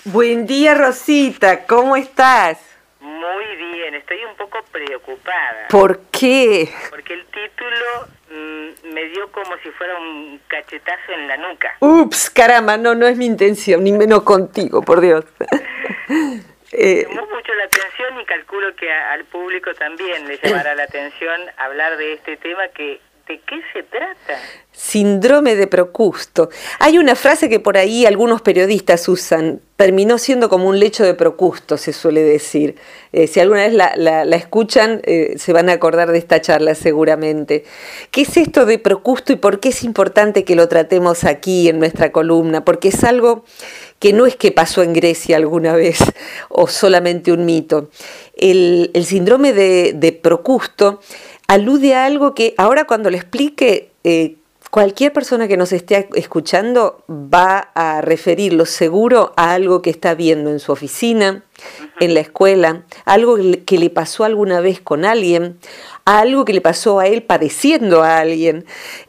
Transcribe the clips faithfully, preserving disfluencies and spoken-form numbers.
Buen día, Rosita, ¿cómo estás? Muy bien, estoy un poco preocupada. ¿Por qué? Porque el título mmm, me dio como si fuera un cachetazo en la nuca. Ups, caramba, no, no es mi intención, ni menos contigo, por Dios. eh, Llamó mucho la atención y calculo que a, al público también le llamará la atención hablar de este tema que... ¿De qué se trata? Síndrome de Procusto. Hay una frase que por ahí algunos periodistas usan, terminó siendo como un lecho de Procusto, se suele decir. Eh, si alguna vez la, la, la escuchan, eh, se van a acordar de esta charla seguramente. ¿Qué es esto de Procusto y por qué es importante que lo tratemos aquí en nuestra columna? Porque es algo que no es que pasó en Grecia alguna vez o solamente un mito. El, el síndrome de, de Procusto alude a algo que ahora cuando lo explique, eh, cualquier persona que nos esté escuchando va a referirlo seguro a algo que está viendo en su oficina, en la escuela, algo que le pasó alguna vez con alguien, a algo que le pasó a él padeciendo a alguien,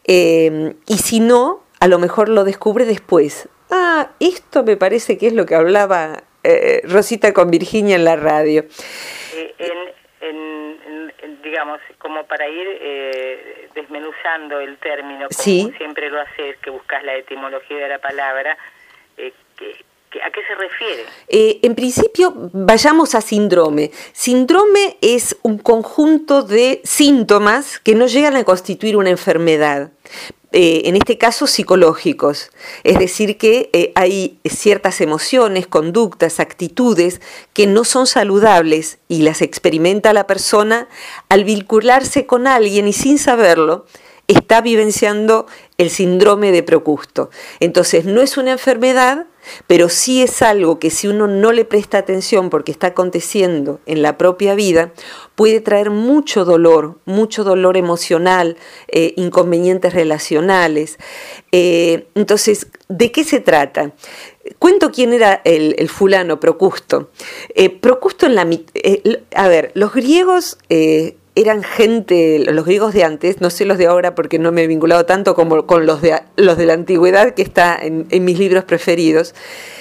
eh, y si no, a lo mejor lo descubre después. Ah, esto me parece que es lo que hablaba eh, Rosita con Virginia en la radio. Eh, en, en, en, digamos, como para ir eh, desmenuzando el término, como sí. siempre lo haces, que buscas la etimología de la palabra, eh, que, que, ¿a qué se refiere? Eh, en principio, vayamos a síndrome. Síndrome es un conjunto de síntomas que no llegan a constituir una enfermedad. Eh, en este caso psicológicos, es decir que eh, hay ciertas emociones, conductas, actitudes que no son saludables y las experimenta la persona al vincularse con alguien y sin saberlo está vivenciando el síndrome de Procusto. Entonces no es una enfermedad, pero sí es algo que si uno no le presta atención porque está aconteciendo en la propia vida, puede traer mucho dolor, mucho dolor emocional, eh, inconvenientes relacionales. Eh, entonces, ¿de qué se trata? Cuento quién era el, el fulano Procusto. Eh, Procusto en la... Eh, a ver, los griegos... Eh, eran gente, los griegos de antes, no sé los de ahora porque no me he vinculado tanto como con los de, los de la antigüedad, que está en, en mis libros preferidos,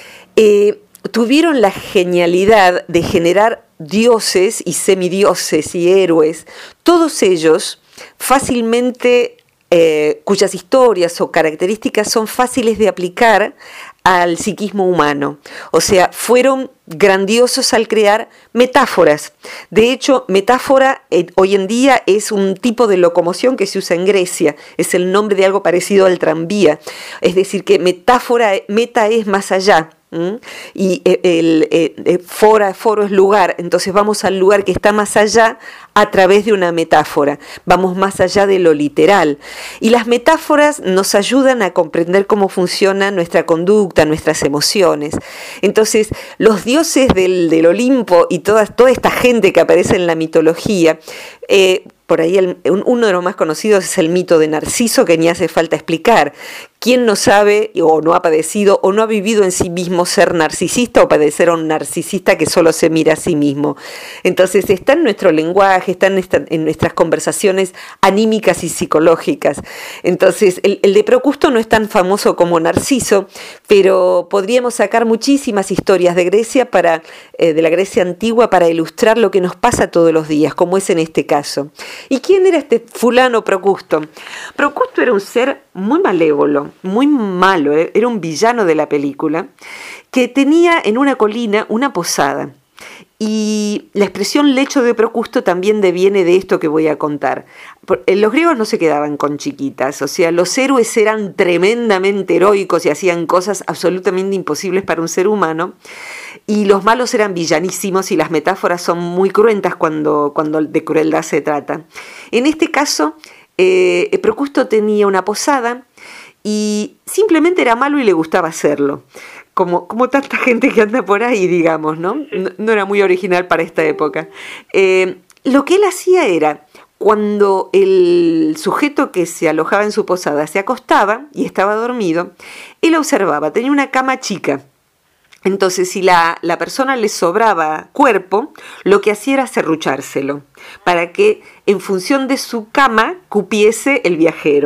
eh, tuvieron la genialidad de generar dioses y semidioses y héroes, todos ellos fácilmente, eh, cuyas historias o características son fáciles de aplicar al psiquismo humano. O sea, fueron grandiosos al crear metáforas. De hecho, metáfora eh, hoy en día es un tipo de locomoción que se usa en Grecia, es el nombre de algo parecido al tranvía. Es decir, que metáfora, meta es más allá. ¿Mm? Y el, el, el fora, foro es lugar, entonces vamos al lugar que está más allá a través de una metáfora, vamos más allá de lo literal. Y las metáforas nos ayudan a comprender cómo funciona nuestra conducta, nuestras emociones. Entonces, los dioses del, del Olimpo y toda, toda esta gente que aparece en la mitología, eh, por ahí el, uno de los más conocidos es el mito de Narciso, que ni hace falta explicar. ¿Quién no sabe o no ha padecido o no ha vivido en sí mismo ser narcisista o padecer a un narcisista que solo se mira a sí mismo? Entonces está en nuestro lenguaje, está en, esta, en nuestras conversaciones anímicas y psicológicas. Entonces el, el de Procusto no es tan famoso como Narciso, pero podríamos sacar muchísimas historias de Grecia, para, eh, de la Grecia antigua, para ilustrar lo que nos pasa todos los días, como es en este caso. ¿Y quién era este fulano Procusto? Procusto era un ser muy malévolo, muy malo, era un villano de la película, que tenía en una colina una posada. Y la expresión lecho de Procusto también deviene de esto que voy a contar. Los griegos no se quedaban con chiquitas, o sea, los héroes eran tremendamente heroicos y hacían cosas absolutamente imposibles para un ser humano, y los malos eran villanísimos, y las metáforas son muy cruentas cuando, cuando de crueldad se trata. En este caso, eh, Procusto tenía una posada y simplemente era malo y le gustaba hacerlo. Como, como tanta gente que anda por ahí, digamos, ¿no? No, no era muy original para esta época. Eh, lo que él hacía era, cuando el sujeto que se alojaba en su posada se acostaba y estaba dormido, él observaba, tenía una cama chica. Entonces, si la, la persona le sobraba cuerpo, lo que hacía era serruchárselo, para que en función de su cama cupiese el viajero.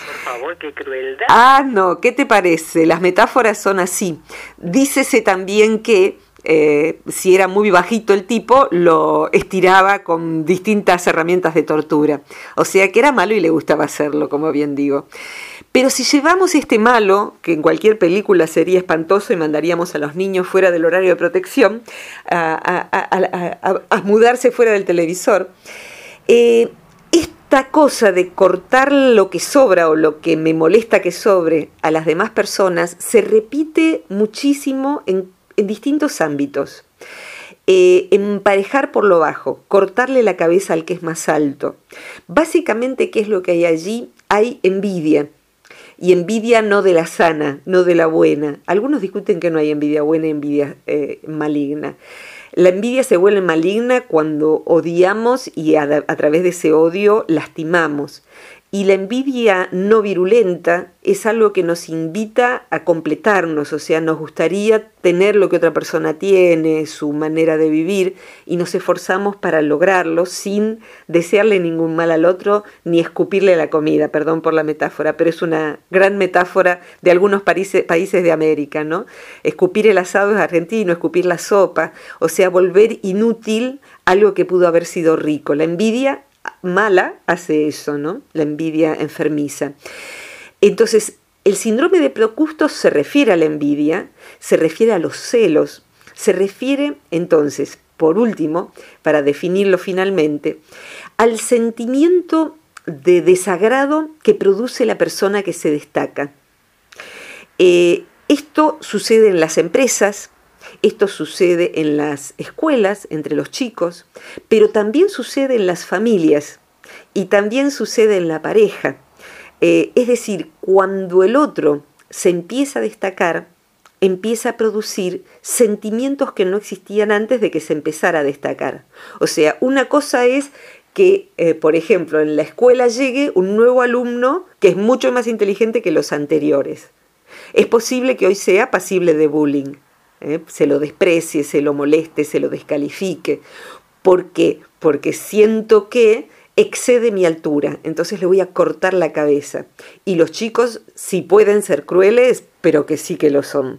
Por favor, qué crueldad. Ah, no, ¿qué te parece? Las metáforas son así. Dícese también que eh, si era muy bajito el tipo, lo estiraba con distintas herramientas de tortura. O sea que era malo y le gustaba hacerlo, como bien digo. Pero si llevamos este malo, que en cualquier película sería espantoso y mandaríamos a los niños fuera del horario de protección, a, a, a, a, a mudarse fuera del televisor, eh, esta cosa de cortar lo que sobra o lo que me molesta que sobre a las demás personas se repite muchísimo en, en distintos ámbitos. Eh, emparejar por lo bajo, cortarle la cabeza al que es más alto. Básicamente, ¿qué es lo que hay allí? Hay envidia. Y envidia no de la sana, no de la buena. Algunos discuten que no hay envidia buena y envidia eh, maligna. La envidia se vuelve maligna cuando odiamos y a, a través de ese odio lastimamos. Y la envidia no virulenta es algo que nos invita a completarnos, o sea, nos gustaría tener lo que otra persona tiene, su manera de vivir, y nos esforzamos para lograrlo sin desearle ningún mal al otro ni escupirle la comida, perdón por la metáfora, pero es una gran metáfora de algunos países, países de América, ¿no? Escupir el asado es argentino, escupir la sopa, o sea, volver inútil algo que pudo haber sido rico. La envidia mala hace eso, ¿no? La envidia enfermiza. Entonces, el síndrome de Procusto se refiere a la envidia, se refiere a los celos, se refiere, entonces, por último, para definirlo finalmente, al sentimiento de desagrado que produce la persona que se destaca. Eh, esto sucede en las empresas, esto sucede en las escuelas, entre los chicos, pero también sucede en las familias y también sucede en la pareja. Eh, es decir, cuando el otro se empieza a destacar, empieza a producir sentimientos que no existían antes de que se empezara a destacar. O sea, una cosa es que, eh, por ejemplo, en la escuela llegue un nuevo alumno que es mucho más inteligente que los anteriores. Es posible que hoy sea pasible de bullying. ¿Eh? Se lo desprecie, se lo moleste, se lo descalifique. ¿Por qué? Porque siento que excede mi altura, entonces le voy a cortar la cabeza. Y los chicos sí pueden ser crueles, pero que sí que lo son.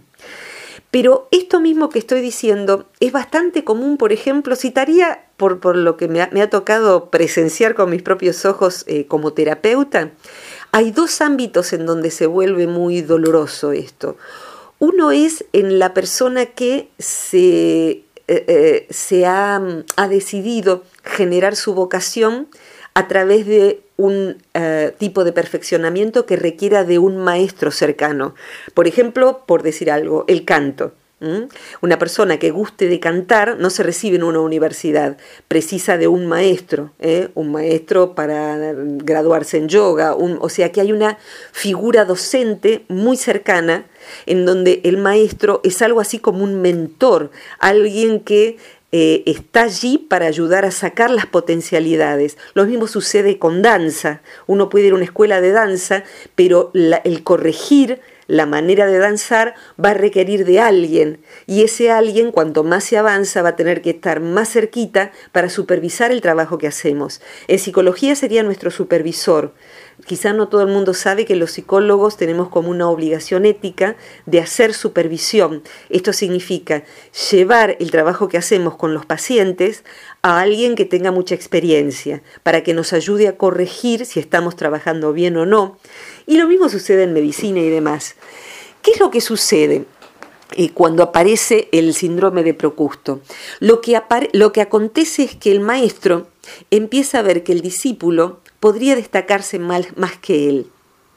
Pero esto mismo que estoy diciendo es bastante común, por ejemplo, citaría, por, por lo que me ha, me ha tocado presenciar con mis propios ojos eh, como terapeuta, hay dos ámbitos en donde se vuelve muy doloroso esto. Uno es en la persona que se, eh, eh, se ha, ha decidido generar su vocación a través de un eh, tipo de perfeccionamiento que requiera de un maestro cercano. Por ejemplo, por decir algo, el canto. ¿Mm? Una persona que guste de cantar no se recibe en una universidad, precisa de un maestro, ¿eh? un maestro para graduarse en yoga, un, o sea que hay una figura docente muy cercana en donde el maestro es algo así como un mentor, alguien que eh, está allí para ayudar a sacar las potencialidades. Lo mismo sucede con danza, uno puede ir a una escuela de danza, pero la, el corregir la manera de danzar va a requerir de alguien, y ese alguien, cuanto más se avanza, va a tener que estar más cerquita para supervisar el trabajo que hacemos. En psicología sería nuestro supervisor. Quizá no todo el mundo sabe que los psicólogos tenemos como una obligación ética de hacer supervisión. Esto significa llevar el trabajo que hacemos con los pacientes a alguien que tenga mucha experiencia, para que nos ayude a corregir si estamos trabajando bien o no. Y lo mismo sucede en medicina y demás. ¿Qué es lo que sucede eh, cuando aparece el síndrome de Procusto? Lo que, apare- lo que acontece es que el maestro empieza a ver que el discípulo podría destacarse mal, más que él.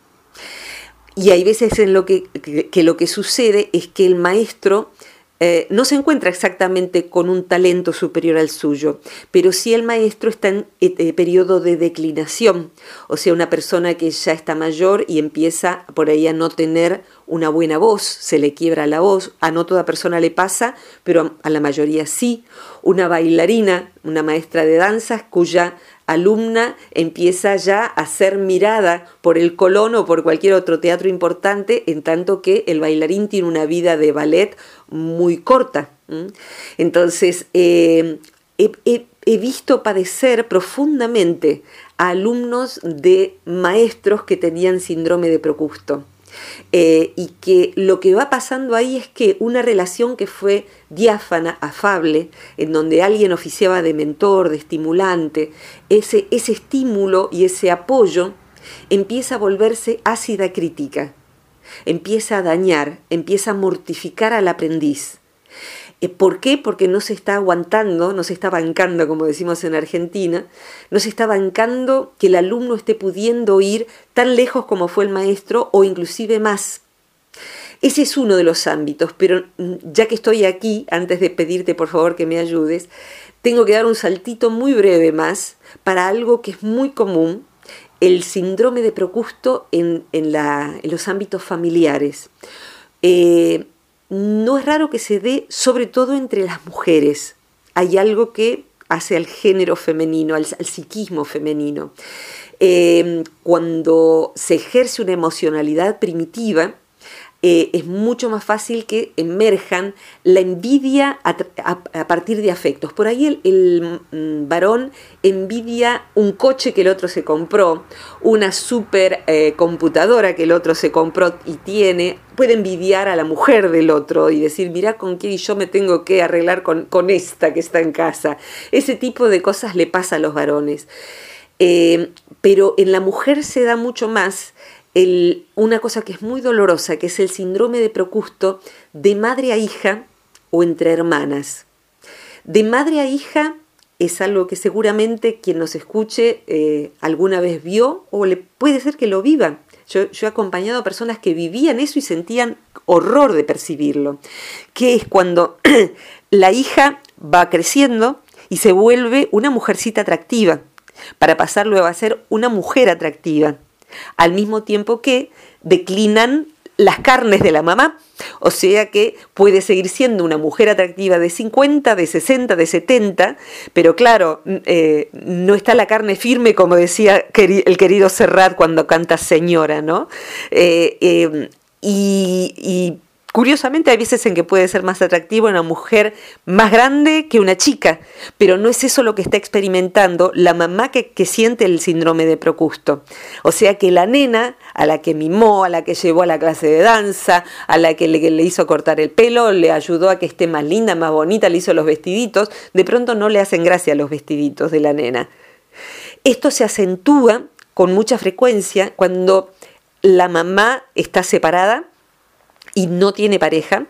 Y hay veces en lo que, que, que lo que sucede es que el maestro Eh, no se encuentra exactamente con un talento superior al suyo, pero sí el maestro está en eh, periodo de declinación, o sea, una persona que ya está mayor y empieza por ahí a no tener una buena voz, se le quiebra la voz, a no toda persona le pasa, pero a la mayoría sí. Una bailarina, una maestra de danzas cuya alumna empieza ya a ser mirada por el Colón o por cualquier otro teatro importante, en tanto que el bailarín tiene una vida de ballet muy corta. Entonces, eh, he, he, he visto padecer profundamente a alumnos de maestros que tenían síndrome de Procusto. Eh, y que lo que va pasando ahí es que una relación que fue diáfana, afable, en donde alguien oficiaba de mentor, de estimulante, ese, ese estímulo y ese apoyo empieza a volverse ácida crítica, empieza a dañar, empieza a mortificar al aprendiz. ¿Por qué? Porque no se está aguantando, no se está bancando, como decimos en Argentina, no se está bancando que el alumno esté pudiendo ir tan lejos como fue el maestro o inclusive más. Ese es uno de los ámbitos, pero ya que estoy aquí, antes de pedirte por favor que me ayudes, tengo que dar un saltito muy breve más para algo que es muy común, el síndrome de Procusto en, en, la, en los ámbitos familiares. Eh, No es raro que se dé sobre todo entre las mujeres. Hay algo que hace al género femenino, al, al psiquismo femenino. Eh, cuando se ejerce una emocionalidad primitiva, eh, es mucho más fácil que emerjan la envidia a, a, a partir de afectos. Por ahí el, el mm, varón envidia un coche que el otro se compró, una super eh, computadora que el otro se compró y tiene. Puede envidiar a la mujer del otro y decir, mirá con quién yo me tengo que arreglar con, con esta que está en casa. Ese tipo de cosas le pasa a los varones. Eh, pero en la mujer se da mucho más el, una cosa que es muy dolorosa, que es el síndrome de Procusto de madre a hija o entre hermanas. De madre a hija es algo que seguramente quien nos escuche eh, alguna vez vio o le puede ser que lo viva. Yo, yo he acompañado a personas que vivían eso y sentían horror de percibirlo, que es cuando la hija va creciendo y se vuelve una mujercita atractiva, para pasar luego a ser una mujer atractiva, al mismo tiempo que declinan las carnes de la mamá, o sea que puede seguir siendo una mujer atractiva de cincuenta, de sesenta, de setenta, pero claro, eh, no está la carne firme, como decía el querido Serrat cuando canta Señora, ¿no? Eh, eh, y, y curiosamente hay veces en que puede ser más atractiva una mujer más grande que una chica, pero no es eso lo que está experimentando la mamá que, que siente el síndrome de Procusto. O sea que la nena a la que mimó, a la que llevó a la clase de danza, a la que le, que le hizo cortar el pelo, le ayudó a que esté más linda, más bonita, le hizo los vestiditos, de pronto no le hacen gracia los vestiditos de la nena. Esto se acentúa con mucha frecuencia cuando la mamá está separada y no tiene pareja,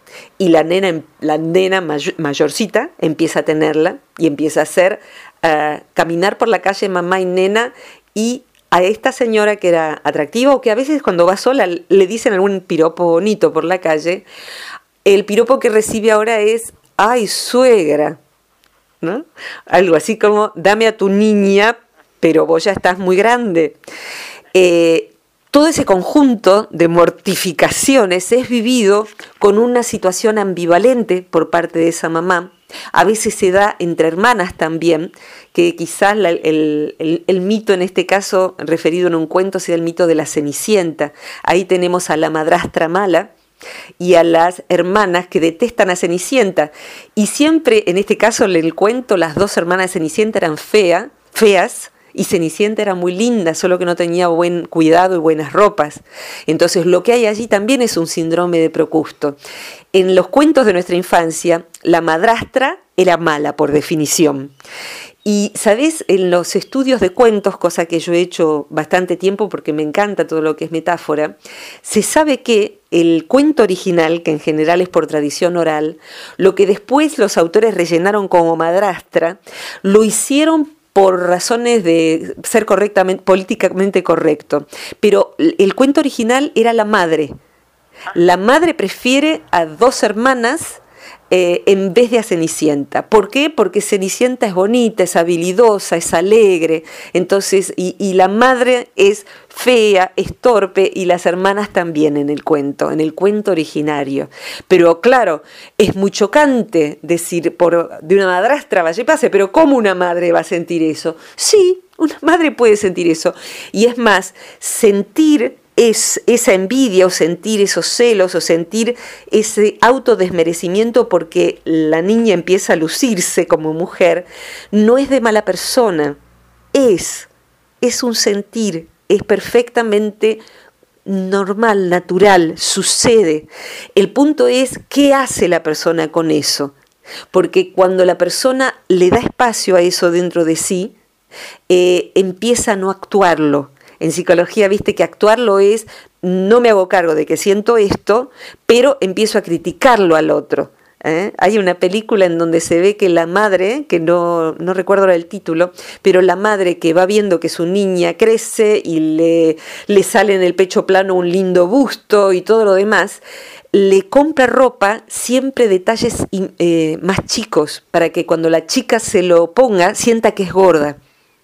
y la nena, la nena mayor, mayorcita empieza a tenerla y empieza a hacer uh, caminar por la calle mamá y nena, y a esta señora que era atractiva o que a veces cuando va sola le dicen algún piropo bonito por la calle, el piropo que recibe ahora es ¡ay, suegra! ¿No? Algo así como dame a tu niña, pero vos ya estás muy grande. Eh, Todo ese conjunto de mortificaciones es vivido con una situación ambivalente por parte de esa mamá. A veces se da entre hermanas también, que quizás la, el, el, el mito en este caso referido en un cuento sea el mito de la Cenicienta. Ahí tenemos a la madrastra mala y a las hermanas que detestan a Cenicienta. Y siempre, en este caso en el cuento, las dos hermanas de Cenicienta eran fea, feas, y Cenicienta era muy linda, solo que no tenía buen cuidado y buenas ropas. Entonces lo que hay allí también es un síndrome de Procusto. En los cuentos de nuestra infancia, la madrastra era mala por definición. Y, ¿sabés? En los estudios de cuentos, cosa que yo he hecho bastante tiempo porque me encanta todo lo que es metáfora, se sabe que el cuento original, que en general es por tradición oral, lo que después los autores rellenaron como madrastra, lo hicieron por razones de ser correctamente, políticamente correcto. Pero el cuento original era la madre. La madre prefiere a dos hermanas eh, en vez de a Cenicienta. ¿Por qué? Porque Cenicienta es bonita, es habilidosa, es alegre. Entonces, y, y la madre es fea, es torpe, y las hermanas también en el cuento, en el cuento originario. Pero claro, es muy chocante decir por, de una madrastra vaya y pase, pero ¿cómo una madre va a sentir eso? Sí, una madre puede sentir eso. Y es más, sentir es esa envidia o sentir esos celos o sentir ese autodesmerecimiento porque la niña empieza a lucirse como mujer, no es de mala persona, es, es un sentir, es perfectamente normal, natural, sucede. El punto es qué hace la persona con eso, porque cuando la persona le da espacio a eso dentro de sí, eh, empieza a no actuarlo. En psicología, viste que actuarlo es, no me hago cargo de que siento esto, pero empiezo a criticarlo al otro. ¿eh? Hay una película en donde se ve que la madre, que no, no recuerdo ahora el título, pero la madre que va viendo que su niña crece y le, le sale en el pecho plano un lindo busto y todo lo demás, le compra ropa siempre detalles eh, más chicos, para que cuando la chica se lo ponga, sienta que es gorda.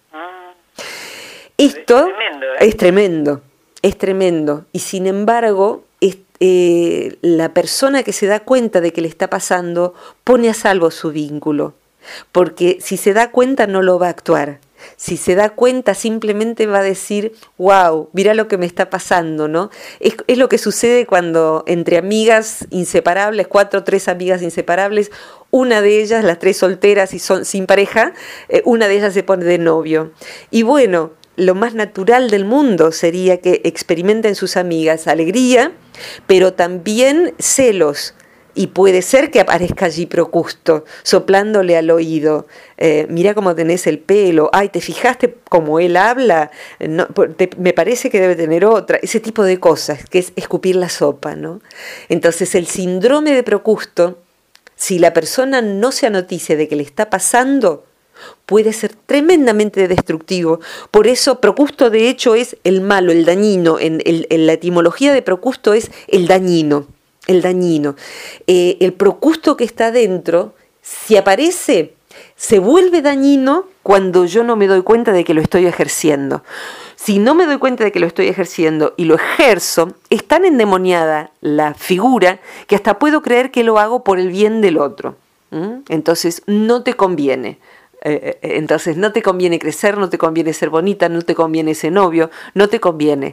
Esto es tremendo, ¿eh? es tremendo, es tremendo. Y sin embargo, es, eh, la persona que se da cuenta de que le está pasando pone a salvo su vínculo. Porque si se da cuenta no lo va a actuar. Si se da cuenta simplemente va a decir, wow, mira lo que me está pasando, ¿no? Es, es lo que sucede cuando entre amigas inseparables, cuatro o tres amigas inseparables, una de ellas, las tres solteras y son sin pareja, eh, una de ellas se pone de novio. Y bueno, lo más natural del mundo sería que experimenten sus amigas alegría, pero también celos. Y puede ser que aparezca allí Procusto, soplándole al oído, eh, mira cómo tenés el pelo, ay, ¿te fijaste cómo él habla? No, te, me parece que debe tener otra, ese tipo de cosas, que es escupir la sopa, ¿no? Entonces el síndrome de Procusto, si la persona no se anoticia de que le está pasando, puede ser tremendamente destructivo. Por eso Procusto de hecho es el malo, el dañino, en, el, en la etimología de Procusto es el dañino. El dañino. Eh, el Procusto que está dentro, si aparece, se vuelve dañino cuando yo no me doy cuenta de que lo estoy ejerciendo. Si no me doy cuenta de que lo estoy ejerciendo y lo ejerzo, es tan endemoniada la figura que hasta puedo creer que lo hago por el bien del otro. ¿Mm? Entonces no te conviene. Eh, entonces no te conviene crecer, no te conviene ser bonita, no te conviene ese novio, no te conviene.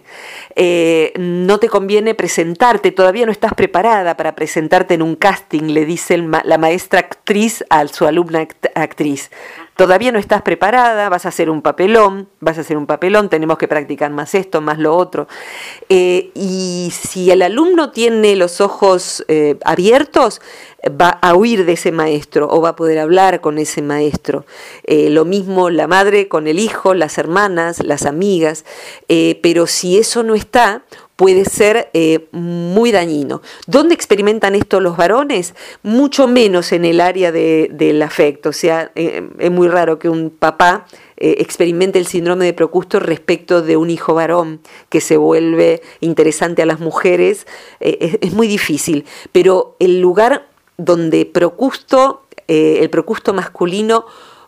Eh, no te conviene presentarte, todavía no estás preparada para presentarte en un casting, le dice el ma- la maestra actriz a su alumna act- actriz. Todavía no estás preparada, vas a hacer un papelón, vas a hacer un papelón, tenemos que practicar más esto, más lo otro. Eh, y si el alumno tiene los ojos eh, abiertos, va a huir de ese maestro o va a poder hablar con ese maestro. Eh, lo mismo la madre con el hijo, las hermanas, las amigas, eh, pero si eso no está, puede ser eh, muy dañino. ¿Dónde experimentan esto los varones? Mucho menos en el área de, del afecto. O sea, eh, es muy raro que un papá eh, experimente el síndrome de Procusto respecto de un hijo varón que se vuelve interesante a las mujeres. Eh, es, es muy difícil. Pero el lugar donde Procusto, eh, el Procusto masculino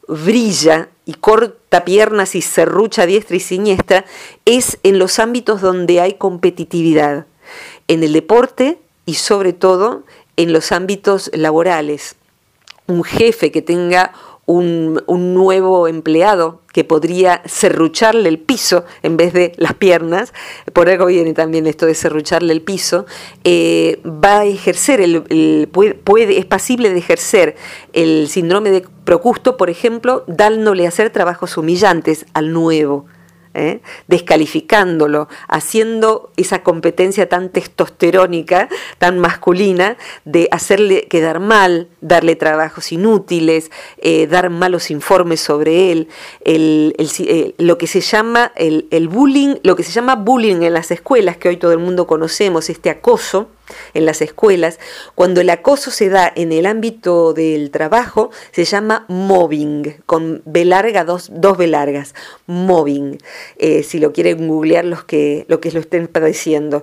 brilla y corta piernas y serrucha a diestra y siniestra, es en los ámbitos donde hay competitividad, en el deporte y sobre todo en los ámbitos laborales. Un jefe que tenga un, un nuevo empleado que podría serrucharle el piso en vez de las piernas, por algo viene también esto de serrucharle el piso, eh, va a ejercer, el, el, puede, puede, es pasible de ejercer el síndrome de Procusto, por ejemplo, dándole a hacer trabajos humillantes al nuevo. ¿Eh? Descalificándolo, haciendo esa competencia tan testosterónica, tan masculina, de hacerle quedar mal, darle trabajos inútiles, eh, dar malos informes sobre él, el, el, el, lo que se llama el, el bullying, lo que se llama bullying en las escuelas, que hoy todo el mundo conocemos, este acoso en las escuelas. Cuando el acoso se da en el ámbito del trabajo, se llama mobbing, con B larga, dos, dos B largas, mobbing, eh, si lo quieren googlear los que, los que lo estén padeciendo.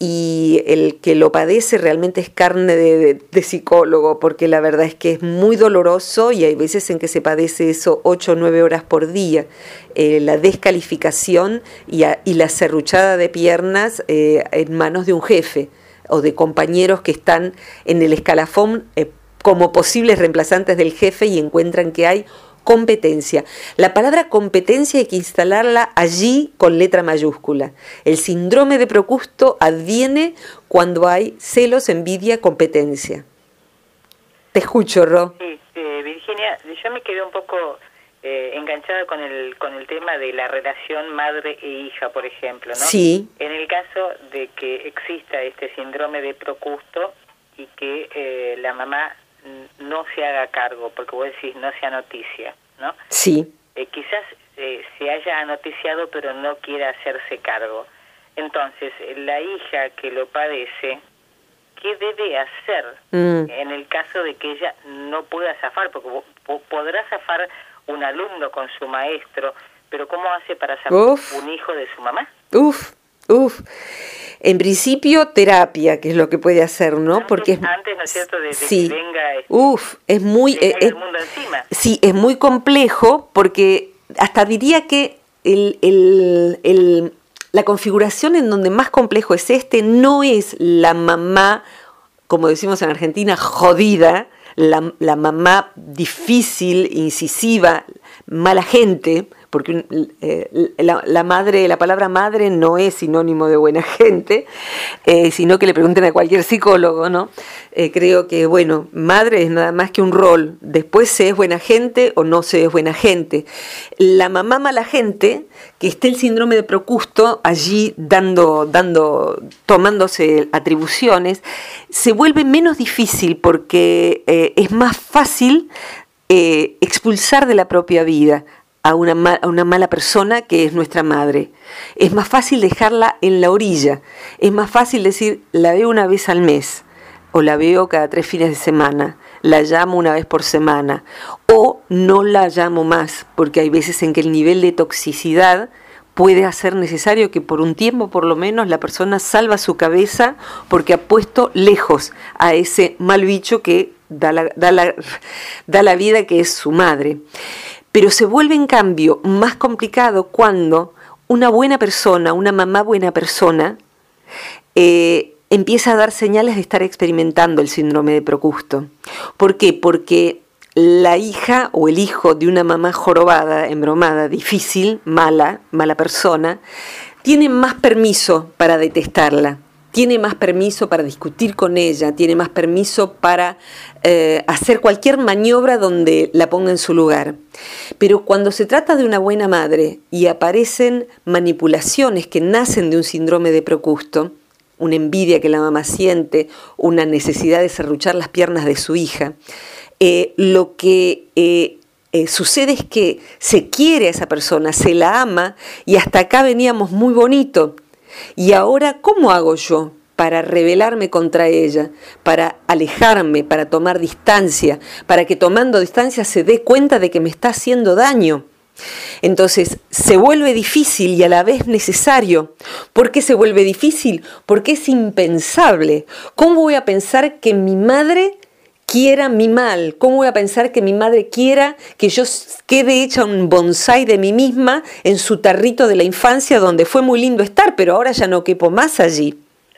Y el que lo padece realmente es carne de, de, de psicólogo, porque la verdad es que es muy doloroso y hay veces en que se padece eso ocho o nueve horas por día. Eh, la descalificación y, a, y la serruchada de piernas eh, en manos de un jefe o de compañeros que están en el escalafón eh, como posibles reemplazantes del jefe y encuentran que hay competencia. La palabra competencia hay que instalarla allí con letra mayúscula. El síndrome de Procusto adviene cuando hay celos, envidia, competencia. Te escucho, Ro. Sí, eh, Virginia, yo me quedé un poco eh, enganchada con el con el tema de la relación madre e hija, por ejemplo, ¿no? Sí. En el caso de que exista este síndrome de Procusto y que eh, la mamá no se haga cargo, porque vos decís no sea noticia, ¿no? Sí. Eh, quizás eh, se haya anoticiado pero no quiera hacerse cargo. Entonces, la hija que lo padece, ¿qué debe hacer mm. en el caso de que ella no pueda zafar? Porque podrá zafar un alumno con su maestro, pero ¿cómo hace para zafar Uf. un hijo de su mamá? Uf, uf. En principio, terapia, que es lo que puede hacer, ¿no? Antes, Porque antes, ¿no es cierto?, de, de sí. que venga... Este, uf, es muy... Eh, es, el mundo encima. Sí, es muy complejo porque hasta diría que el... el, el la configuración en donde más complejo es este no es la mamá, como decimos en Argentina, jodida, la, la mamá difícil, incisiva, mala gente, porque eh, la, la madre, la palabra madre no es sinónimo de buena gente, eh, sino que le pregunten a cualquier psicólogo, ¿no? Eh, creo que, bueno, madre es nada más que un rol, después se es buena gente o no se es buena gente. La mamá mala gente, que esté el síndrome de Procusto allí dando, dando, tomándose atribuciones, se vuelve menos difícil porque eh, es más fácil eh, expulsar de la propia vida a una, ma- a una mala persona que es nuestra madre. Es más fácil dejarla en la orilla, es más fácil decir, la veo una vez al mes, o la veo cada tres fines de semana, la llamo una vez por semana, o no la llamo más, porque hay veces en que el nivel de toxicidad puede hacer necesario que por un tiempo por lo menos la persona salva su cabeza porque ha puesto lejos a ese mal bicho que da la, da la, da la vida, que es su madre. Pero se vuelve en cambio más complicado cuando una buena persona, una mamá buena persona, eh, empieza a dar señales de estar experimentando el síndrome de Procusto. ¿Por qué? Porque la hija o el hijo de una mamá jorobada, embromada, difícil, mala, mala persona, tiene más permiso para detestarla. Tiene más permiso para discutir con ella, tiene más permiso para eh, hacer cualquier maniobra donde la ponga en su lugar. Pero cuando se trata de una buena madre y aparecen manipulaciones que nacen de un síndrome de Procusto, una envidia que la mamá siente, una necesidad de serruchar las piernas de su hija, eh, lo que eh, eh, sucede es que se quiere a esa persona, se la ama y hasta acá veníamos muy bonito. Y ahora, ¿cómo hago yo para rebelarme contra ella, para alejarme, para tomar distancia, para que tomando distancia se dé cuenta de que me está haciendo daño? Entonces, se vuelve difícil y a la vez necesario. ¿Por qué se vuelve difícil? Porque es impensable. ¿Cómo voy a pensar que mi madre quiera mi mal? ¿Cómo voy a pensar que mi madre quiera que yo quede hecha un bonsái de mí misma en su tarrito de la infancia donde fue muy lindo estar, pero ahora ya no quepo más allí?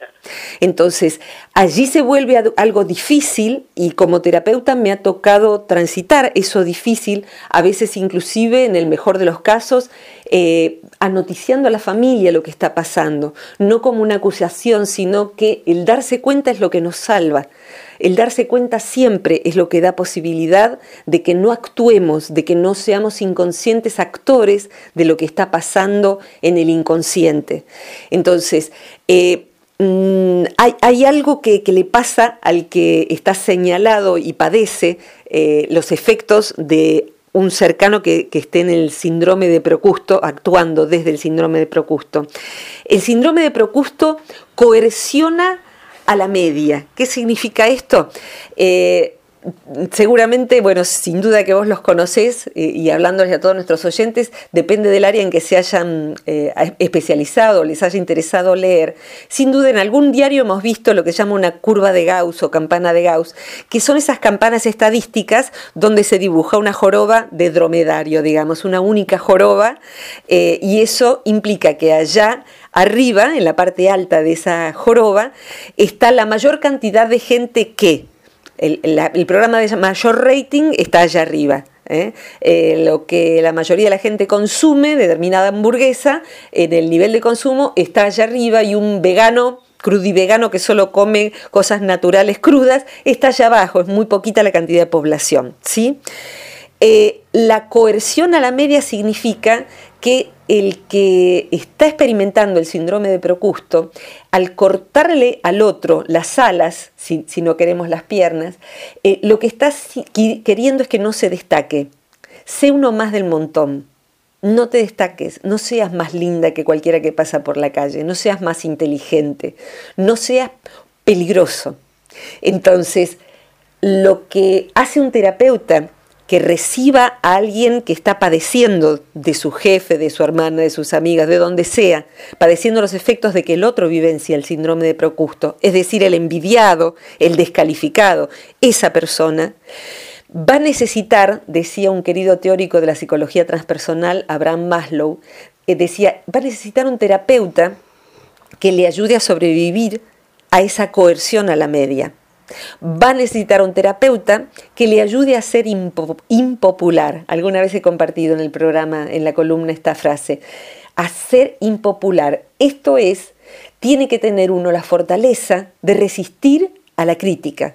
Entonces, allí se vuelve algo difícil y como terapeuta me ha tocado transitar eso difícil, a veces inclusive, en el mejor de los casos, eh, anoticiando a la familia lo que está pasando, no como una acusación, sino que el darse cuenta es lo que nos salva. El darse cuenta siempre es lo que da posibilidad de que no actuemos, de que no seamos inconscientes actores de lo que está pasando en el inconsciente. Entonces, eh, Mm, hay, hay algo que, que le pasa al que está señalado y padece eh, los efectos de un cercano que, que esté en el síndrome de Procusto, actuando desde el síndrome de Procusto. El síndrome de Procusto coerciona a la media. ¿Qué significa esto? Eh, Seguramente, bueno, sin duda que vos los conocés eh, y hablándoles a todos nuestros oyentes, depende del área en que se hayan eh, especializado, les haya interesado leer. Sin duda en algún diario hemos visto lo que se llama una curva de Gauss o campana de Gauss, que son esas campanas estadísticas donde se dibuja una joroba de dromedario, digamos, una única joroba, eh, y eso implica que allá arriba, en la parte alta de esa joroba, está la mayor cantidad de gente que... El, el, el programa de mayor rating está allá arriba, ¿eh? Eh, lo que la mayoría de la gente consume, determinada hamburguesa, en el nivel de consumo está allá arriba, y un vegano, crudivegano, que solo come cosas naturales crudas, está allá abajo, es muy poquita la cantidad de población, ¿sí? Eh, la coerción a la media significa que el que está experimentando el síndrome de Procusto, al cortarle al otro las alas, si, si no queremos las piernas, eh, lo que está queriendo es que no se destaque. Sé uno más del montón. No te destaques, no seas más linda que cualquiera que pasa por la calle, no seas más inteligente, no seas peligroso. Entonces, lo que hace un terapeuta que reciba a alguien que está padeciendo de su jefe, de su hermana, de sus amigas, de donde sea, padeciendo los efectos de que el otro vivencia el síndrome de Procusto, es decir, el envidiado, el descalificado, esa persona va a necesitar, decía un querido teórico de la psicología transpersonal, Abraham Maslow, eh, decía, va a necesitar un terapeuta que le ayude a sobrevivir a esa coerción a la media. Va a necesitar un terapeuta que le ayude a ser impo- impopular. Alguna vez he compartido en el programa, en la columna, esta frase. A ser impopular. Esto es, tiene que tener uno la fortaleza de resistir a la crítica.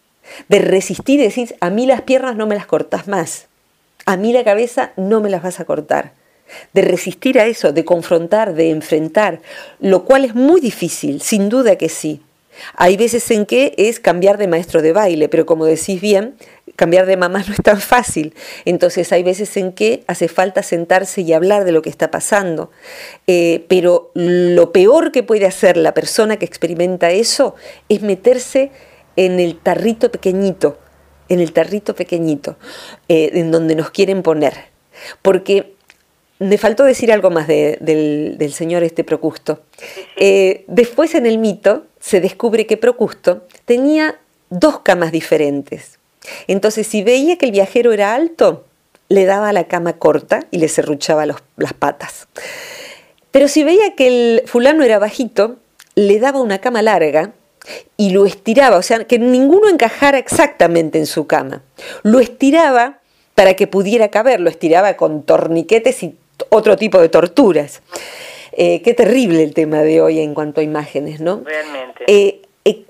De resistir y decir, a mí las piernas no me las cortás más. A mí la cabeza no me las vas a cortar. De resistir a eso, de confrontar, de enfrentar. Lo cual es muy difícil, sin duda que sí. Hay veces en que es cambiar de maestro de baile, pero como decís bien, cambiar de mamá no es tan fácil. Entonces hay veces en que hace falta sentarse y hablar de lo que está pasando. Eh, pero lo peor que puede hacer la persona que experimenta eso es meterse en el tarrito pequeñito, en el tarrito pequeñito, eh, en donde nos quieren poner. Porque me faltó decir algo más de, del, del señor este Procusto. Eh, después en el mito se descubre que Procusto tenía dos camas diferentes. Entonces, si veía que el viajero era alto, le daba la cama corta y le serruchaba los, las patas. Pero si veía que el fulano era bajito, le daba una cama larga y lo estiraba, o sea, que ninguno encajara exactamente en su cama. Lo estiraba para que pudiera caber, lo estiraba con torniquetes y otro tipo de torturas. Eh, qué terrible el tema de hoy en cuanto a imágenes, ¿no? Realmente. Eh, eh,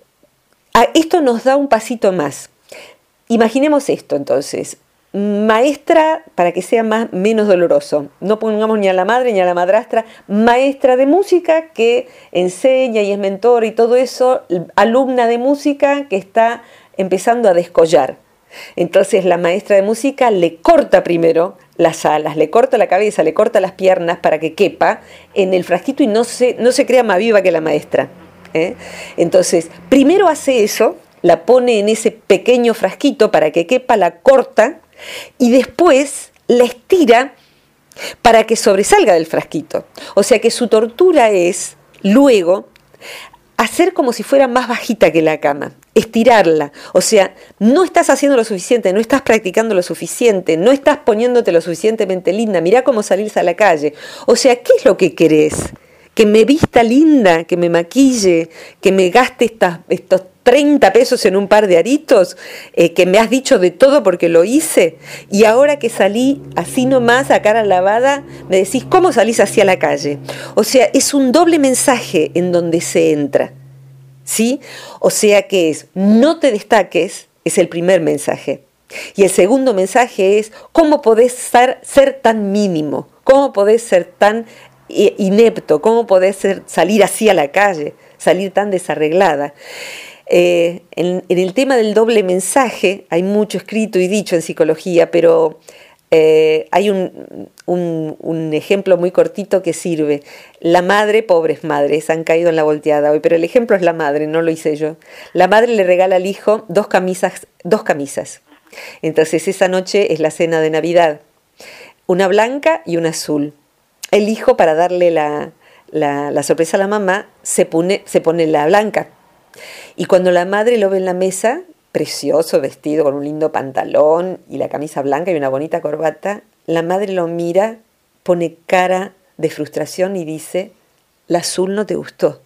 a esto nos da un pasito más. Imaginemos esto entonces. Maestra, para que sea más, menos doloroso, no pongamos ni a la madre ni a la madrastra, maestra de música que enseña y es mentora y todo eso, alumna de música que está empezando a descollar. Entonces la maestra de música le corta primero las alas, le corta la cabeza, le corta las piernas para que quepa en el frasquito y no se, no se crea más viva que la maestra, ¿eh? Entonces, primero hace eso, la pone en ese pequeño frasquito para que quepa, la corta y después la estira para que sobresalga del frasquito. O sea que su tortura es, luego, hacer como si fuera más bajita que la cama, estirarla. O sea, no estás haciendo lo suficiente, no estás practicando lo suficiente, no estás poniéndote lo suficientemente linda, mirá cómo salís a la calle. O sea, ¿qué es lo que querés? Que me vista linda, que me maquille, que me gaste estas, estos treinta pesos en un par de aritos, eh, que me has dicho de todo porque lo hice, y ahora que salí así nomás a cara lavada, me decís, ¿cómo salís así a la calle? O sea, es un doble mensaje en donde se entra, ¿sí? O sea que es, no te destaques, es el primer mensaje. Y el segundo mensaje es, ¿cómo podés ser, ser tan mínimo? ¿Cómo podés ser tan inepto? ¿Cómo podés ser, salir así a la calle? Salir tan desarreglada. Eh, en, en el tema del doble mensaje hay mucho escrito y dicho en psicología, pero eh, hay un, un, un ejemplo muy cortito que sirve. La madre, pobres madres, han caído en la volteada hoy, pero el ejemplo es la madre, no lo hice yo. La madre le regala al hijo dos camisas, dos camisas. Entonces esa noche es la cena de Navidad, una blanca y una azul. El hijo, para darle la, la, la sorpresa a la mamá, se pone, se pone la blanca. Y cuando la madre lo ve en la mesa, precioso, vestido con un lindo pantalón y la camisa blanca y una bonita corbata, la madre lo mira, pone cara de frustración y dice, la azul no te gustó.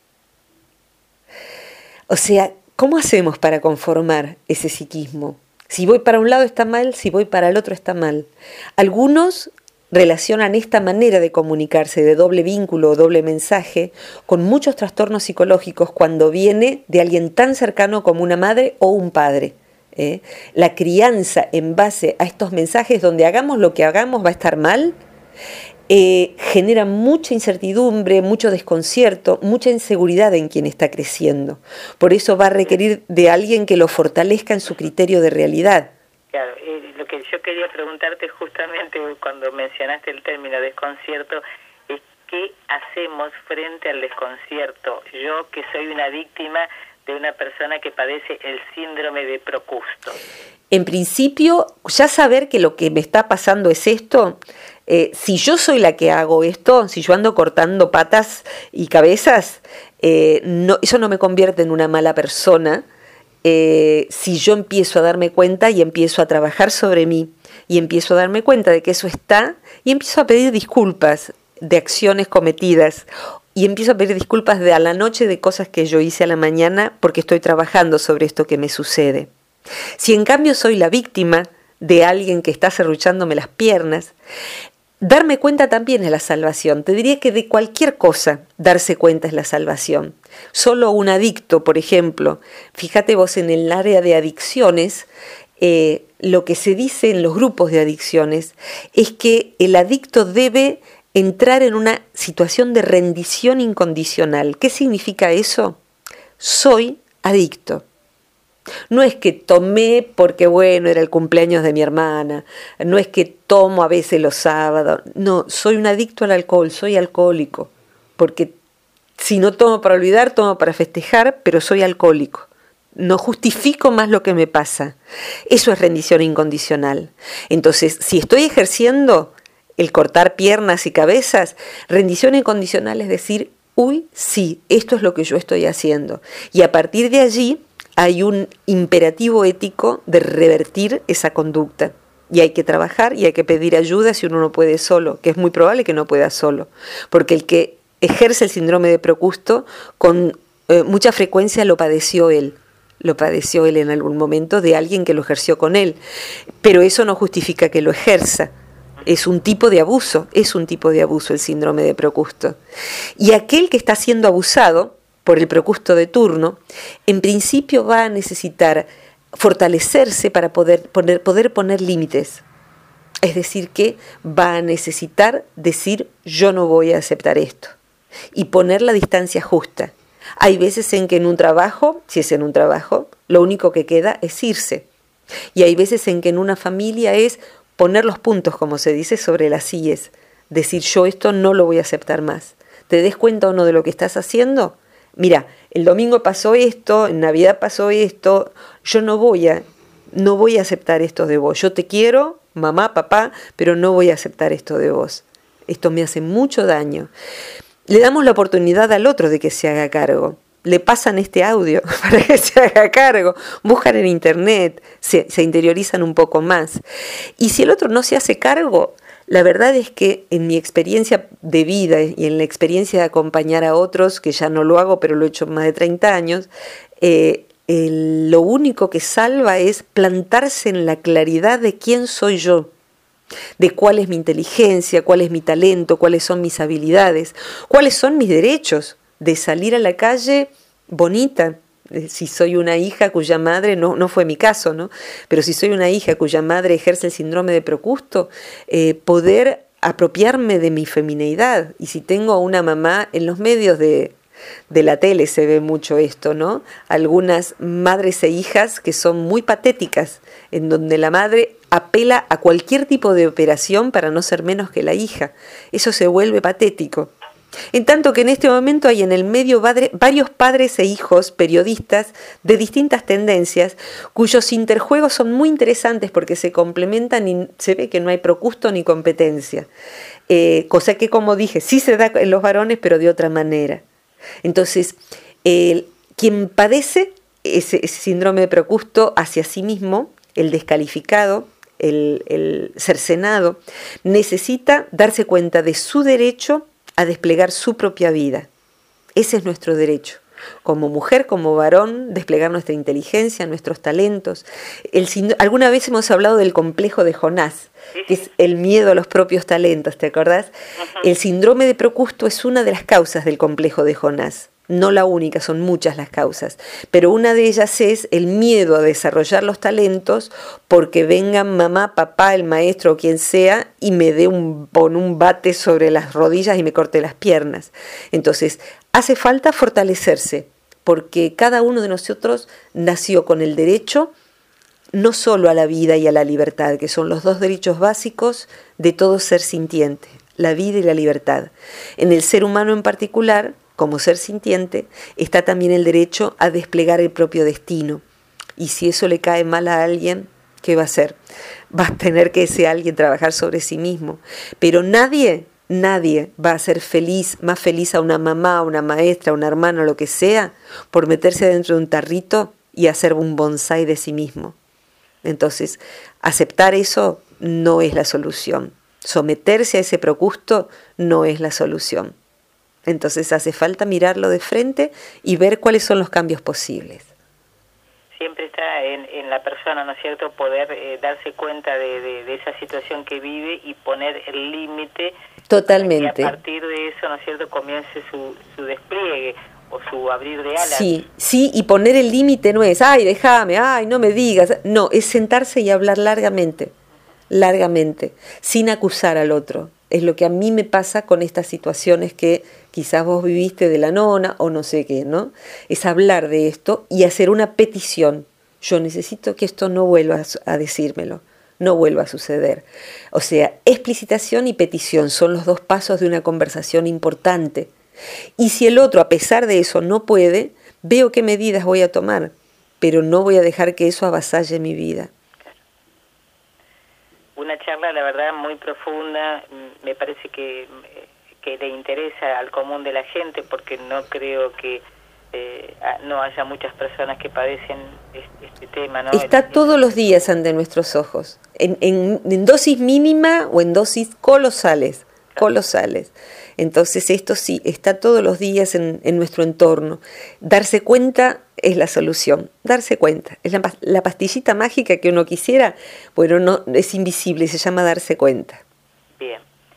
O sea, ¿cómo hacemos para conformar ese psiquismo? Si voy para un lado está mal, si voy para el otro está mal. Algunos relacionan esta manera de comunicarse, de doble vínculo o doble mensaje, con muchos trastornos psicológicos cuando viene de alguien tan cercano como una madre o un padre. ¿eh? La crianza en base a estos mensajes, donde hagamos lo que hagamos va a estar mal, eh, genera mucha incertidumbre, mucho desconcierto, mucha inseguridad en quien está creciendo. Por eso va a requerir de alguien que lo fortalezca en su criterio de realidad. Claro, eh, lo que yo quería preguntarte justamente cuando mencionaste el término desconcierto es qué hacemos frente al desconcierto. Yo que soy una víctima de una persona que padece el síndrome de Procusto. En principio, ya saber que lo que me está pasando es esto, eh, si yo soy la que hago esto, si yo ando cortando patas y cabezas, eh, no, eso no me convierte en una mala persona. Eh, si yo empiezo a darme cuenta y empiezo a trabajar sobre mí y empiezo a darme cuenta de que eso está y empiezo a pedir disculpas de acciones cometidas y empiezo a pedir disculpas de a la noche de cosas que yo hice a la mañana porque estoy trabajando sobre esto que me sucede. Si en cambio soy la víctima de alguien que está serruchándome las piernas, darme cuenta también es la salvación. Te diría que de cualquier cosa darse cuenta es la salvación. Solo un adicto, por ejemplo, fíjate vos en el área de adicciones, eh, lo que se dice en los grupos de adicciones es que el adicto debe entrar en una situación de rendición incondicional. ¿Qué significa eso? Soy adicto. No es que tomé porque, bueno, era el cumpleaños de mi hermana, no es que tomo a veces los sábados, no, soy un adicto al alcohol, soy alcohólico, porque si no tomo para olvidar, tomo para festejar, pero soy alcohólico. No justifico más lo que me pasa. Eso es rendición incondicional. Entonces, si estoy ejerciendo el cortar piernas y cabezas, rendición incondicional es decir, uy, sí, esto es lo que yo estoy haciendo. Y a partir de allí hay un imperativo ético de revertir esa conducta. Y hay que trabajar y hay que pedir ayuda si uno no puede solo, que es muy probable que no pueda solo. Porque el que ejerce el síndrome de Procusto con eh, mucha frecuencia lo padeció él. Lo padeció él en algún momento de alguien que lo ejerció con él. Pero eso no justifica que lo ejerza. Es un tipo de abuso, es un tipo de abuso el síndrome de Procusto. Y aquel que está siendo abusado por el Procusto de turno, en principio va a necesitar fortalecerse para poder poner, poder poner límites. Es decir, que va a necesitar decir yo no voy a aceptar esto y poner la distancia justa. Hay veces en que en un trabajo, si es en un trabajo, lo único que queda es irse. Y hay veces en que en una familia es poner los puntos, como se dice, sobre las íes. Decir yo esto no lo voy a aceptar más. ¿Te des cuenta o no de lo que estás haciendo? Mira, el domingo pasó esto, en Navidad pasó esto, yo no voy a, no voy a aceptar esto de vos. Yo te quiero, mamá, papá, pero no voy a aceptar esto de vos. Esto me hace mucho daño. Le damos la oportunidad al otro de que se haga cargo. Le pasan este audio para que se haga cargo. Buscan en internet, se, se interiorizan un poco más. Y si el otro no se hace cargo, la verdad es que en mi experiencia de vida y en la experiencia de acompañar a otros, que ya no lo hago, pero lo he hecho más de treinta años, eh, el, lo único que salva es plantarse en la claridad de quién soy yo, de cuál es mi inteligencia, cuál es mi talento, cuáles son mis habilidades, cuáles son mis derechos de salir a la calle bonita. Si soy una hija cuya madre, no, no fue mi caso, ¿no? Pero si soy una hija cuya madre ejerce el síndrome de Procusto, eh, poder apropiarme de mi femineidad. Y si tengo a una mamá, en los medios de, de la tele se ve mucho esto, ¿no? Algunas madres e hijas que son muy patéticas, en donde la madre apela a cualquier tipo de operación para no ser menos que la hija. Eso se vuelve patético. En tanto que en este momento hay en el medio varios padres e hijos periodistas de distintas tendencias cuyos interjuegos son muy interesantes porque se complementan y se ve que no hay Procusto ni competencia. Eh, cosa que, como dije, sí se da en los varones, pero de otra manera. Entonces, eh, quien padece ese, ese síndrome de Procusto hacia sí mismo, el descalificado, el, el cercenado, necesita darse cuenta de su derecho a desplegar su propia vida. Ese es nuestro derecho. como mujer, como varón, desplegar nuestra inteligencia, nuestros talentos. El, alguna vez hemos hablado del complejo de Jonás, que es el miedo a los propios talentos, ¿te acordás? Uh-huh. El síndrome de Procusto es una de las causas del complejo de Jonás. No la única, son muchas las causas, pero una de ellas es el miedo a desarrollar los talentos porque vengan mamá, papá, el maestro o quien sea y me dé un, pon un bate sobre las rodillas y me corte las piernas. Entonces, hace falta fortalecerse porque cada uno de nosotros nació con el derecho no solo a la vida y a la libertad, que son los dos derechos básicos de todo ser sintiente, la vida y la libertad. En el ser humano en particular, como ser sintiente, está también el derecho a desplegar el propio destino. Y si eso le cae mal a alguien, ¿qué va a hacer? Va a tener que ese alguien trabajar sobre sí mismo. Pero nadie, nadie va a ser feliz, más feliz a una mamá, a una maestra, a una hermana, lo que sea, por meterse dentro de un tarrito y hacer un bonsái de sí mismo. Entonces, aceptar eso no es la solución. Someterse a ese Procusto no es la solución. Entonces hace falta mirarlo de frente y ver cuáles son los cambios posibles. Siempre está en, en la persona, ¿no es cierto?, poder eh, darse cuenta de, de, de esa situación que vive y poner el límite. Totalmente. Y a partir de eso, ¿no es cierto?, comience su, su despliegue o su abrir de alas. Sí, sí, y poner el límite no es, ay, déjame, ay, no me digas. No, es sentarse y hablar largamente, largamente, sin acusar al otro. Es lo que a mí me pasa con estas situaciones que quizás vos viviste de la nona o no sé qué, ¿no? Es hablar de esto y hacer una petición. Yo necesito que esto no vuelva a decírmelo, no vuelva a suceder. O sea, explicitación y petición son los dos pasos de una conversación importante. Y si el otro, a pesar de eso, no puede, veo qué medidas voy a tomar, pero no voy a dejar que eso avasalle mi vida. Una charla, la verdad, muy profunda. Me parece que, que le interesa al común de la gente, porque no creo que eh, no haya muchas personas que padecen este, este tema, ¿no? Está el, todos el... los días ante nuestros ojos, en, en, en dosis mínima o en dosis colosales, colosales. Entonces esto sí, está todos los días en, en nuestro entorno. Darse cuenta es la solución, darse cuenta. Es la, la pastillita mágica que uno quisiera, bueno, no es invisible, se llama darse cuenta. Bien.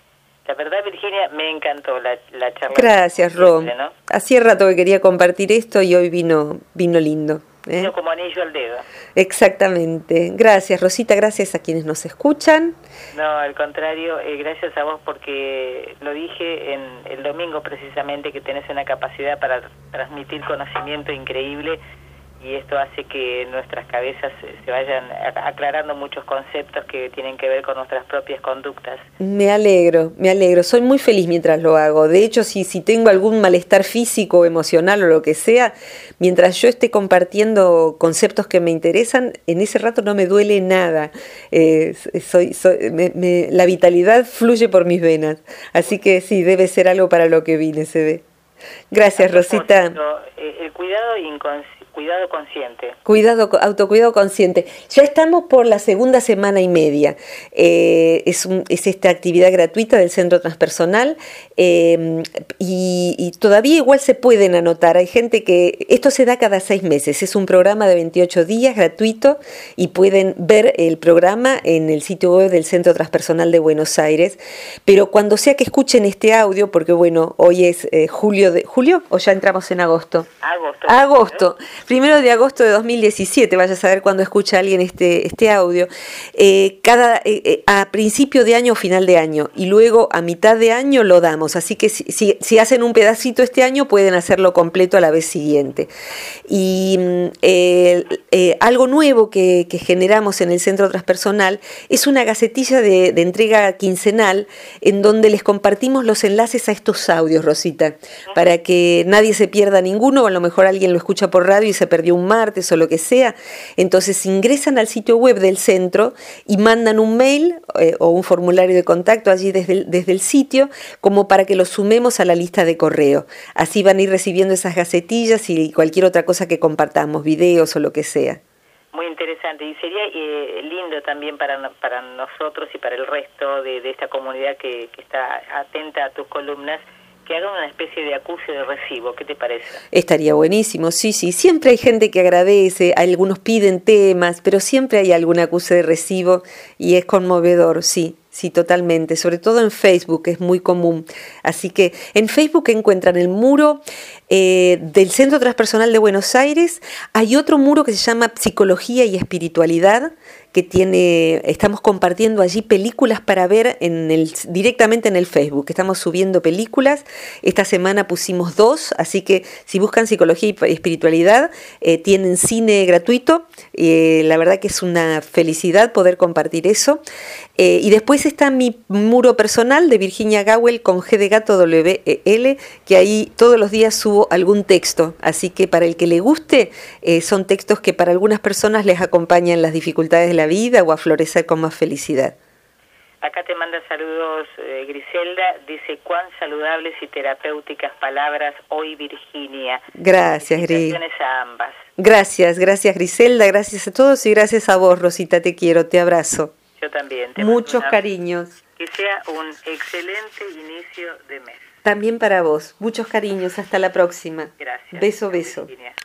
La verdad, Virginia, me encantó la, la charla. Gracias, Rom. ¿No? Hacía rato que quería compartir esto y hoy vino, vino lindo. ¿eh? Vino como anillo al dedo. Exactamente. Gracias, Rosita, gracias a quienes nos escuchan. No, al contrario, eh, gracias a vos porque lo dije en el domingo precisamente, que tenés una capacidad para transmitir conocimiento increíble y esto hace que nuestras cabezas se vayan aclarando muchos conceptos que tienen que ver con nuestras propias conductas. Me alegro, me alegro. Soy muy feliz mientras lo hago. De hecho, si, si tengo algún malestar físico, emocional o lo que sea, mientras yo esté compartiendo conceptos que me interesan, en ese rato no me duele nada. Eh, soy, soy, me, me, la vitalidad fluye por mis venas. Así que sí, debe ser algo para lo que vine, se ve. Gracias, Rosita. El cuidado inconsciente. Cuidado consciente. Cuidado, autocuidado consciente. Ya estamos por la segunda semana y media. Eh, es, un, es esta actividad gratuita del Centro Transpersonal eh, y, y todavía igual se pueden anotar. Hay gente que... Esto se da cada seis meses. Es un programa de veintiocho días gratuito y pueden ver el programa en el sitio web del Centro Transpersonal de Buenos Aires. Pero cuando sea que escuchen este audio, porque bueno, hoy es eh, julio, de, ¿julio o ya entramos en agosto? Agosto. Agosto. Primero de agosto de dos mil diecisiete, vaya a saber cuando escucha alguien este, este audio, eh, cada, eh, a principio de año o final de año, y luego a mitad de año lo damos, así que si, si, si hacen un pedacito este año pueden hacerlo completo a la vez siguiente. Y eh, eh, algo nuevo que, que generamos en el Centro Transpersonal es una gacetilla de, de entrega quincenal en donde les compartimos los enlaces a estos audios, Rosita, para que nadie se pierda ninguno, o a lo mejor alguien lo escucha por radio y se perdió un martes o lo que sea. Entonces ingresan al sitio web del centro y mandan un mail eh, o un formulario de contacto allí desde el, desde el sitio, como para que lo sumemos a la lista de correo. Así van a ir recibiendo esas gacetillas y cualquier otra cosa que compartamos, videos o lo que sea. Muy interesante, y sería eh, lindo también para, para nosotros y para el resto de, de esta comunidad que, que está atenta a tus columnas, que hagan una especie de acuse de recibo. ¿Qué te parece? Estaría buenísimo, sí, sí. Siempre hay gente que agradece, algunos piden temas, pero siempre hay algún acuse de recibo y es conmovedor, sí. Sí, totalmente, sobre todo en Facebook es muy común. Así que en Facebook encuentran el muro eh, del Centro Transpersonal de Buenos Aires. Hay otro muro que se llama Psicología y Espiritualidad, que tiene, estamos compartiendo allí películas para ver en el, directamente en el Facebook. Estamos subiendo películas. Esta semana pusimos dos, así que si buscan Psicología y Espiritualidad, eh, tienen cine gratuito. Eh, la verdad que es una felicidad poder compartir eso. Eh, y después está mi muro personal de Virginia Gawel con G de gato W E L, que ahí todos los días subo algún texto. Así que para el que le guste, eh, son textos que para algunas personas les acompañan las dificultades de la vida o a florecer con más felicidad. Acá te manda saludos eh, Griselda, dice cuán saludables y terapéuticas palabras hoy Virginia. Gracias, Gris. Felicitaciones a ambas. Gracias, gracias Griselda, gracias a todos y gracias a vos, Rosita, te quiero, te abrazo. Yo también. Te Muchos una... cariños. Que sea un excelente inicio de mes. También para vos, muchos cariños, hasta la próxima. Gracias. Beso, beso. Virginia.